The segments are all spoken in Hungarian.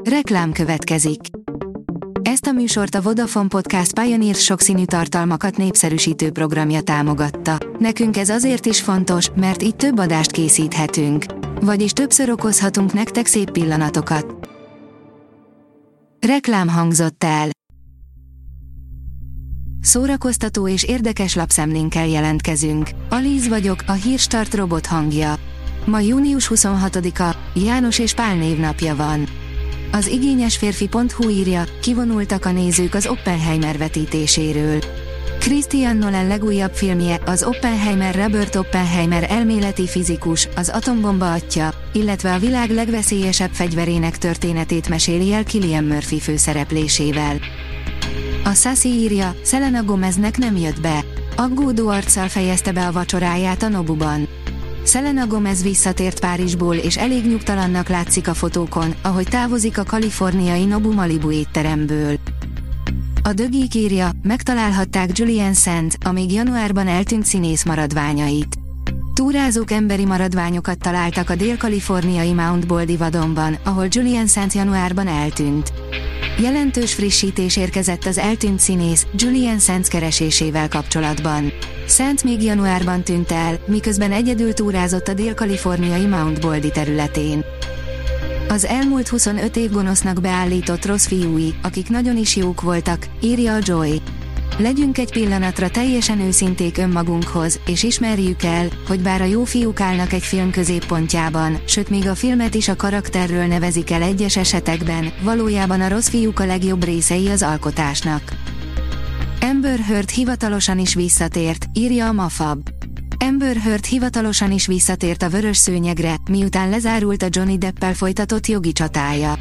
Reklám következik. Ezt a műsort a Vodafone Podcast Pioneer sokszínű tartalmakat népszerűsítő programja támogatta. Nekünk ez azért is fontos, mert így több adást készíthetünk. Vagyis többször okozhatunk nektek szép pillanatokat. Reklám hangzott el. Szórakoztató és érdekes lapszemlénkkel jelentkezünk. Alíz vagyok, a Hírstart robot hangja. Ma június 26-a, János és Pál névnapja van. Az igényesférfi.hu írja, kivonultak a nézők az Oppenheimer vetítéséről. Christian Nolan legújabb filmje, az Oppenheimer Robert Oppenheimer elméleti fizikus, az atombomba atya, illetve a világ legveszélyesebb fegyverének történetét meséli el Cillian Murphy főszereplésével. A Sassy írja, Selena Gomeznek nem jött be. Aggódó arccal fejezte be a vacsoráját a Nobuban. Selena Gomez visszatért Párizsból és elég nyugtalannak látszik a fotókon, ahogy távozik a kaliforniai Nobu Malibu étteremből. A The Geek írja, megtalálhatták Julian Sands, a még januárban eltűnt színész maradványait. Túrázók emberi maradványokat találtak a dél-kaliforniai Mount Baldy vadonban, ahol Julian Sands januárban eltűnt. Jelentős frissítés érkezett az eltűnt színész Julian Sands keresésével kapcsolatban. Sands még januárban tűnt el, miközben egyedül túrázott a dél-kaliforniai Mount Baldy területén. Az elmúlt 25 év gonosznak beállított rossz fiúi, akik nagyon is jók voltak, írja a Joy. Legyünk egy pillanatra teljesen őszinték önmagunkhoz, és ismerjük el, hogy bár a jó fiúk állnak egy film középpontjában, sőt még a filmet is a karakterről nevezik el egyes esetekben, valójában a rossz fiúk a legjobb részei az alkotásnak. Amber Heard hivatalosan is visszatért, írja a Mafab. Amber Heard hivatalosan is visszatért a vörös szőnyegre, miután lezárult a Johnny Deppel folytatott jogi csatája.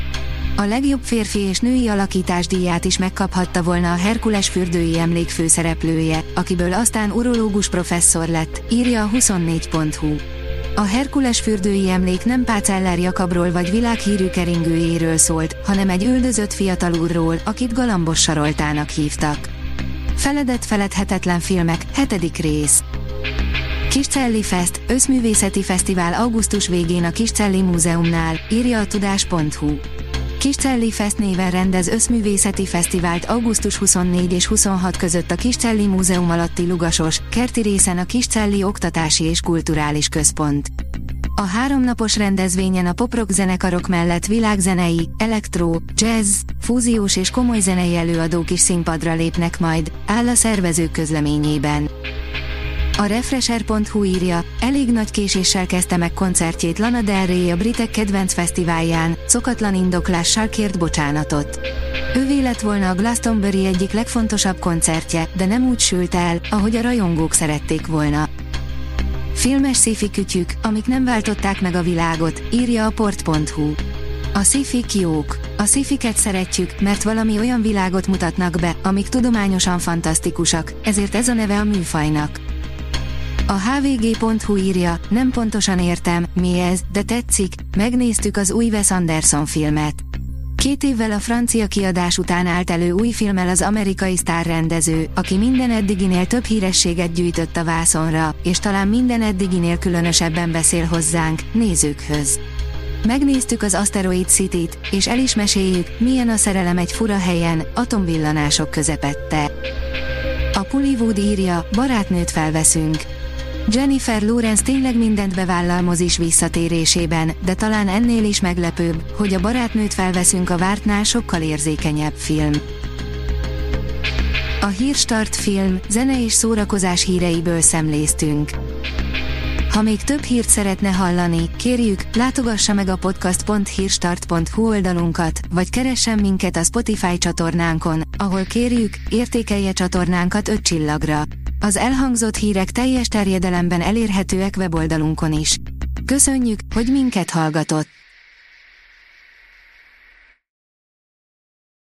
A legjobb férfi és női alakítás díját is megkaphatta volna a Herkules fürdői emlék főszereplője, akiből aztán urológus professzor lett, írja a 24.hu. A Herkules fürdői emlék nem Páceller Jakabról vagy világhírű keringőjéről szólt, hanem egy üldözött fiatal úrról, akit Galambos Saroltának hívtak. Feledhetetlen filmek, 7. rész. Kiscelli Fest, összművészeti fesztivál augusztus végén a Kiscelli Múzeumnál, írja a tudás.hu. Kiscelli Fest néven rendez összművészeti fesztivált augusztus 24 és 26 között a Kiscelli Múzeum alatti Lugasos, kerti részen a Kiscelli Oktatási és Kulturális Központ. A 3 napos rendezvényen a pop-rock zenekarok mellett világzenei, elektro, jazz, fúziós és komoly zenei előadók is színpadra lépnek majd, áll a szervezők közleményében. A Refresher.hu írja, elég nagy késéssel kezdte meg koncertjét Lana Del Rey a britek kedvenc fesztiválján, szokatlan indoklással kért bocsánatot. Ővé lett volna a Glastonbury egyik legfontosabb koncertje, de nem úgy sült el, ahogy a rajongók szerették volna. Filmes sci-fi kütyük, amik nem váltották meg a világot, írja a port.hu. A sci-fik jók. A sci-fiket szeretjük, mert valami olyan világot mutatnak be, amik tudományosan fantasztikusak, ezért ez a neve a műfajnak. A hvg.hu írja, nem pontosan értem, mi ez, de tetszik, megnéztük az új Wes Anderson filmet. 2 évvel a francia kiadás után állt elő új filmmel az amerikai sztárrendező, aki minden eddiginél több hírességet gyűjtött a vászonra, és talán minden eddiginél különösebben beszél hozzánk, nézőkhöz. Megnéztük az Asteroid City-t, és el is meséljük, milyen a szerelem egy fura helyen, atomvillanások közepette. A Pullywood írja, barátnőt felveszünk. Jennifer Lawrence tényleg mindent bevállal mozis visszatérésében, de talán ennél is meglepőbb, hogy a barátnőt felveszünk a vártnál sokkal érzékenyebb film. A Hírstart film, zene és szórakozás híreiből szemléztünk. Ha még több hírt szeretne hallani, kérjük, látogassa meg a podcast.hírstart.hu oldalunkat, vagy keressen minket a Spotify csatornánkon, ahol kérjük, értékelje csatornánkat 5 csillagra. Az elhangzott hírek teljes terjedelemben elérhetőek weboldalunkon is. Köszönjük, hogy minket hallgatott!